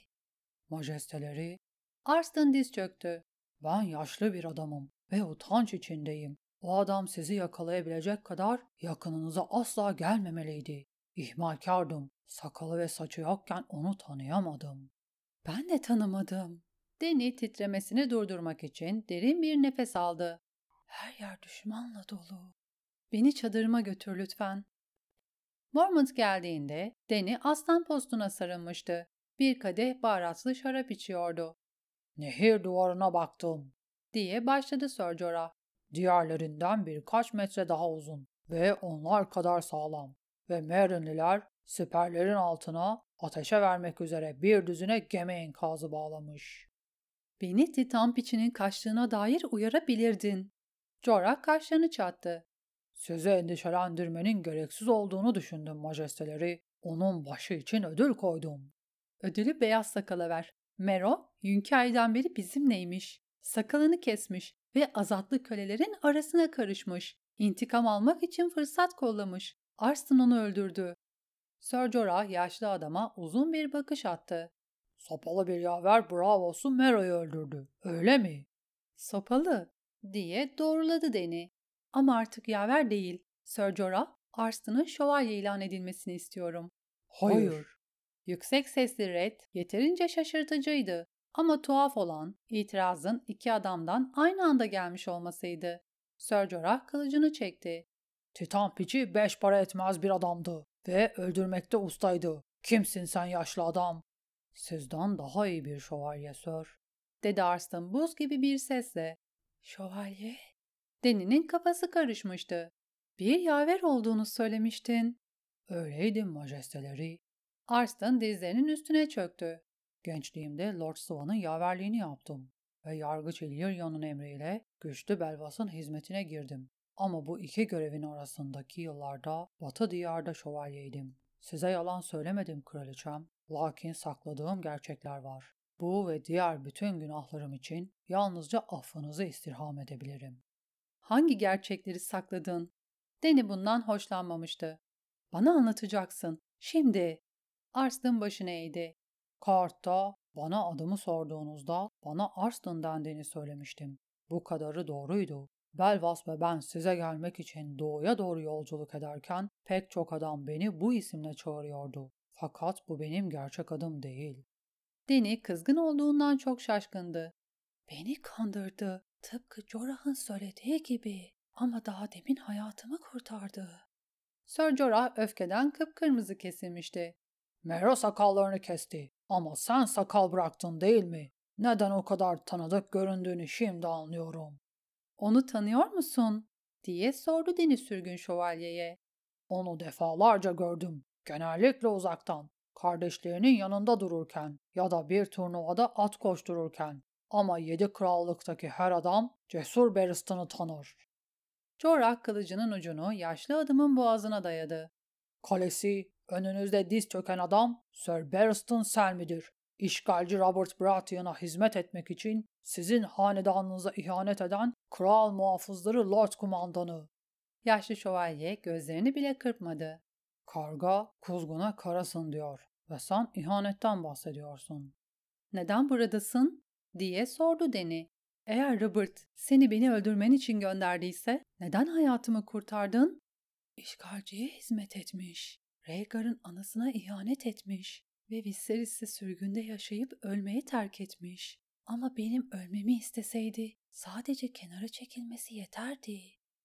"Majesteleri," Arslan diz çöktü. "ben yaşlı bir adamım ve utanç içindeyim. O adam sizi yakalayabilecek kadar yakınınıza asla gelmemeliydi. İhmalkardım. Sakalı ve saçı yokken onu tanıyamadım. Ben de tanımadım. Danny titremesini durdurmak için derin bir nefes aldı. Her yer düşmanla dolu. Beni çadırıma götür lütfen. Mormont geldiğinde Danny aslan postuna sarılmıştı. Bir kadeh baharatlı şarap içiyordu. Nehir duvarına baktım diye başladı Sir Jorah. Diğerlerinden birkaç metre daha uzun ve onlar kadar sağlam. Ve Merrinliler siperlerin altına ateşe vermek üzere bir düzine gemi enkazı bağlamış. Beni Titan piçinin kaçtığına dair uyarabilirdin. Jorah kaşlarını çattı. Sizi endişelendirmenin gereksiz olduğunu düşündüm majesteleri. Onun başı için ödül koydum. Ödülü beyaz sakala ver. Mero, Yünkayi'den beri bizimleymiş. Sakalını kesmiş ve azatlı kölelerin arasına karışmış. İntikam almak için fırsat kollamış. Arslan onu öldürdü. Sir Jorah yaşlı adama uzun bir bakış attı. Sopalı bir yaver bravosu Mero'yu öldürdü. Öyle mi? Sopalı diye doğruladı Danny. Ama artık yaver değil. Sir Jorah, Arslan'ın şövalye ilan edilmesini istiyorum. Hayır. Hayır. Yüksek sesli red yeterince şaşırtıcıydı. Ama tuhaf olan itirazın iki adamdan aynı anda gelmiş olmasıydı. Sir Jorah kılıcını çekti. Titan piçi beş para etmez bir adamdı ve öldürmekte ustaydı. Kimsin sen yaşlı adam? Sizden daha iyi bir şövalye Sir, dedi Arslan buz gibi bir sesle. Şövalye? Deni'nin kafası karışmıştı. Bir yaver olduğunu söylemiştin. Öyleydim majesteleri. Arslan dizlerinin üstüne çöktü. Gençliğimde Lord Swan'ın yaverliğini yaptım ve Yargıç Illyrian'ın emriyle güçlü Belvas'ın hizmetine girdim. Ama bu iki görevin arasındaki yıllarda Batı diyarda şövalyeydim. Size yalan söylemedim kraliçem, lakin sakladığım gerçekler var. Bu ve diğer bütün günahlarım için yalnızca affınızı istirham edebilirim. Hangi gerçekleri sakladın? Danny bundan hoşlanmamıştı. Bana anlatacaksın. Şimdi. Arslan başını eğdi. Kart'ta bana adımı sorduğunuzda bana Arslan dendiğini söylemiştim. Bu kadarı doğruydu. Belvas ve ben size gelmek için doğuya doğru yolculuk ederken pek çok adam beni bu isimle çağırıyordu. Fakat bu benim gerçek adım değil. Danny kızgın olduğundan çok şaşkındı. Beni kandırdı. Tıpkı Jorah'ın söylediği gibi. Ama daha demin hayatımı kurtardı. Sir Jorah öfkeden kıpkırmızı kesilmişti. Mero sakallarını kesti. Ama sen sakal bıraktın değil mi? Neden o kadar tanıdık göründüğünü şimdi anlıyorum. Onu tanıyor musun? Diye sordu Deniz Sürgün Şövalye'ye. Onu defalarca gördüm. Genellikle uzaktan. Kardeşlerinin yanında dururken ya da bir turnuvada at koştururken. Ama yedi krallıktaki her adam Cesur Barristan'ı tanır. Jorah kılıcının ucunu yaşlı adamın boğazına dayadı. Kalesi, önünüzde diz çöken adam Sir Barristan Selmy'dir. İşgalci Robert Baratheon'a hizmet etmek için sizin hanedanınıza ihanet eden kral muhafızları Lord Kumandanı. Yaşlı şövalye gözlerini bile kırpmadı. Karga kuzguna karasın diyor ve sen ihanetten bahsediyorsun. Neden buradasın? Diye sordu Danny. Eğer Robert seni beni öldürmen için gönderdiyse neden hayatımı kurtardın? İşgalciye hizmet etmiş. Rhaegar'ın anasına ihanet etmiş ve Viserys'i sürgünde yaşayıp ölmeyi terk etmiş. Ama benim ölmemi isteseydi sadece kenara çekilmesi yeterdi.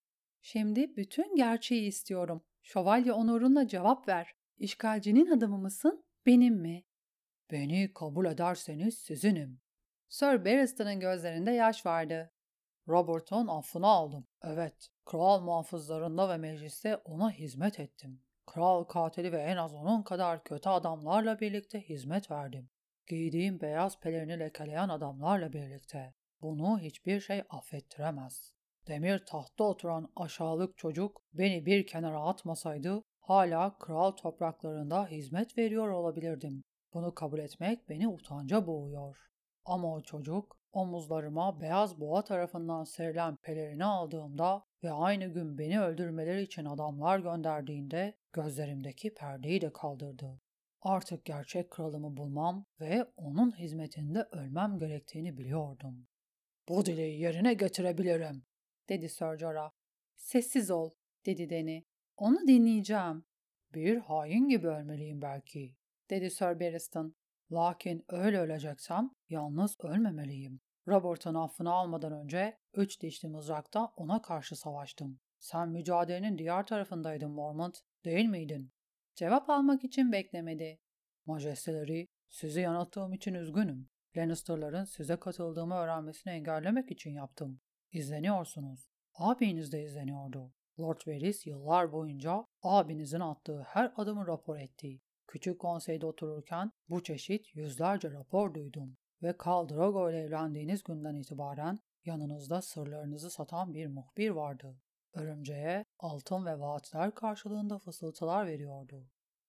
Şimdi bütün gerçeği istiyorum. Şövalye onurunla cevap ver. İşgalcinin adamı mısın, benim mi? Beni kabul ederseniz sizinim. Sir Barristan'ın gözlerinde yaş vardı. Robert'ın affını aldım. Evet, kral muhafızlarında ve mecliste ona hizmet ettim. Kral katili ve en az onun kadar kötü adamlarla birlikte hizmet verdim. Giydiğim beyaz pelerini lekeleyen adamlarla birlikte. Bunu hiçbir şey affettiremez. Demir tahtta oturan aşağılık çocuk beni bir kenara atmasaydı hala kral topraklarında hizmet veriyor olabilirdim. Bunu kabul etmek beni utanca boğuyor. Ama o çocuk omuzlarıma beyaz boğa tarafından serilen pelerini aldığımda ve aynı gün beni öldürmeleri için adamlar gönderdiğinde gözlerimdeki perdeyi de kaldırdı. Artık gerçek kralımı bulmam ve onun hizmetinde ölmem gerektiğini biliyordum. Bu dileği yerine getirebilirim, dedi Sir Jorah. Sessiz ol, dedi Danny. Onu dinleyeceğim. Bir hain gibi ölmeliyim belki, dedi Sir Barristan. Lakin öyle öleceksem yalnız ölmemeliyim. Robert'ın affını almadan önce üç dişli mızrakta ona karşı savaştım. Sen mücadelenin diğer tarafındaydın Mormont, değil miydin? Cevap almak için beklemedi. Majesteleri, sizi yanılttığım için üzgünüm. Lannister'ların size katıldığımı öğrenmesini engellemek için yaptım. İzleniyorsunuz. Abiniz de izleniyordu. Lord Varys yıllar boyunca abinizin attığı her adımı rapor etti. Küçük konseyde otururken bu çeşit yüzlerce rapor duydum ve Khal Drogo ile evlendiğiniz günden itibaren yanınızda sırlarınızı satan bir muhbir vardı. Örümceğe altın ve vaatler karşılığında fısıltılar veriyordu.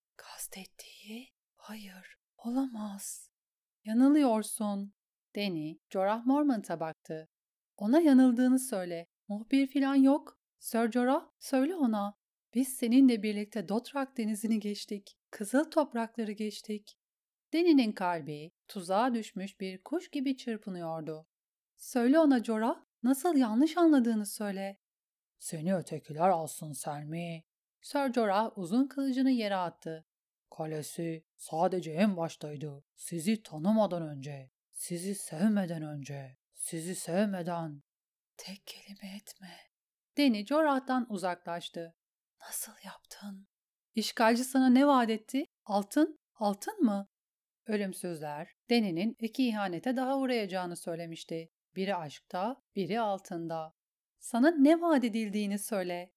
Kastettiği? Hayır, olamaz. Yanılıyorsun. Danny, Jorah Mormont'a baktı. Ona yanıldığını söyle. Muhbir filan yok. Sir Jorah, söyle ona. Biz seninle birlikte Dothrak denizini geçtik. Kızıl toprakları geçtik. Danny'nin kalbi tuzağa düşmüş bir kuş gibi çırpınıyordu. Söyle ona Jorah, nasıl yanlış anladığını söyle. Seni ötekiler alsın Selmy. Sir Jorah uzun kılıcını yere attı. Kalesi sadece en baştaydı. Sizi tanımadan önce, sizi sevmeden önce, sizi sevmeden. Tek kelime etme. Danny Jorah'tan uzaklaştı. Nasıl yaptın? İşgalci sana ne vaat etti? Altın? Altın mı? Ölümsüzler, Danny'nin iki ihanete daha uğrayacağını söylemişti. Biri aşkta, biri altında. Sana ne vaat edildiğini söyle.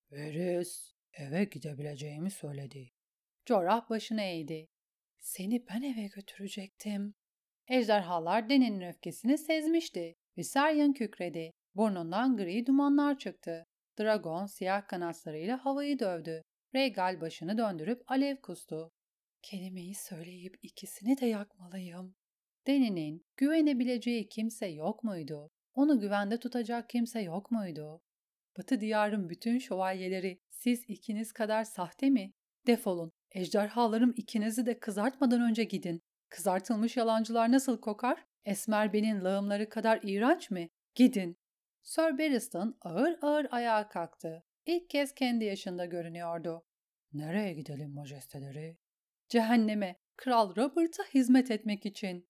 Varys eve gidebileceğimi söyledi. Jorah başını eğdi. Seni ben eve götürecektim. Ejderhalar Danny'nin öfkesini sezmişti. Viserion kükredi. Burnundan gri dumanlar çıktı. Dragon siyah kanatlarıyla havayı dövdü. Rhaegal başını döndürüp alev kustu. Kelimeyi söyleyip ikisini de yakmalıyım. Danny'nin güvenebileceği kimse yok muydu? Onu güvende tutacak kimse yok muydu? Batı diyarın bütün şövalyeleri siz ikiniz kadar sahte mi? Defolun. Ejderhalarım ikinizi de kızartmadan önce gidin. Kızartılmış yalancılar nasıl kokar? Esmer benin lağımları kadar iğrenç mi? Gidin. Sir Barristan ağır ağır ayağa kalktı. İlk kez kendi yaşında görünüyordu. Nereye gidelim majesteleri? Cehenneme, Kral Robert'a hizmet etmek için.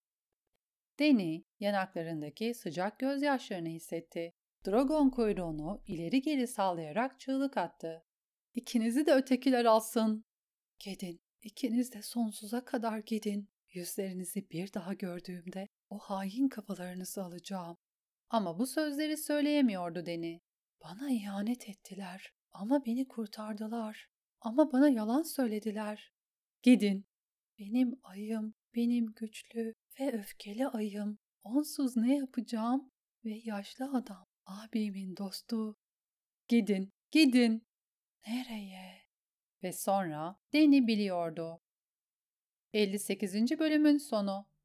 Danny yanaklarındaki sıcak gözyaşlarını hissetti. Drogon kuyruğunu ileri geri sallayarak çığlık attı. İkinizi de ötekiler alsın. Gidin, ikiniz de sonsuza kadar gidin. Yüzlerinizi bir daha gördüğümde o hain kafalarınızı alacağım. Ama bu sözleri söyleyemiyordu Danny. Bana ihanet ettiler ama beni kurtardılar. Ama bana yalan söylediler. Gidin. Benim ayım, benim güçlü ve öfkeli ayım. Onsuz ne yapacağım? Ve yaşlı adam, abimin dostu. Gidin, gidin. Nereye? Ve sonra Danny biliyordu. elli sekizinci bölümün sonu.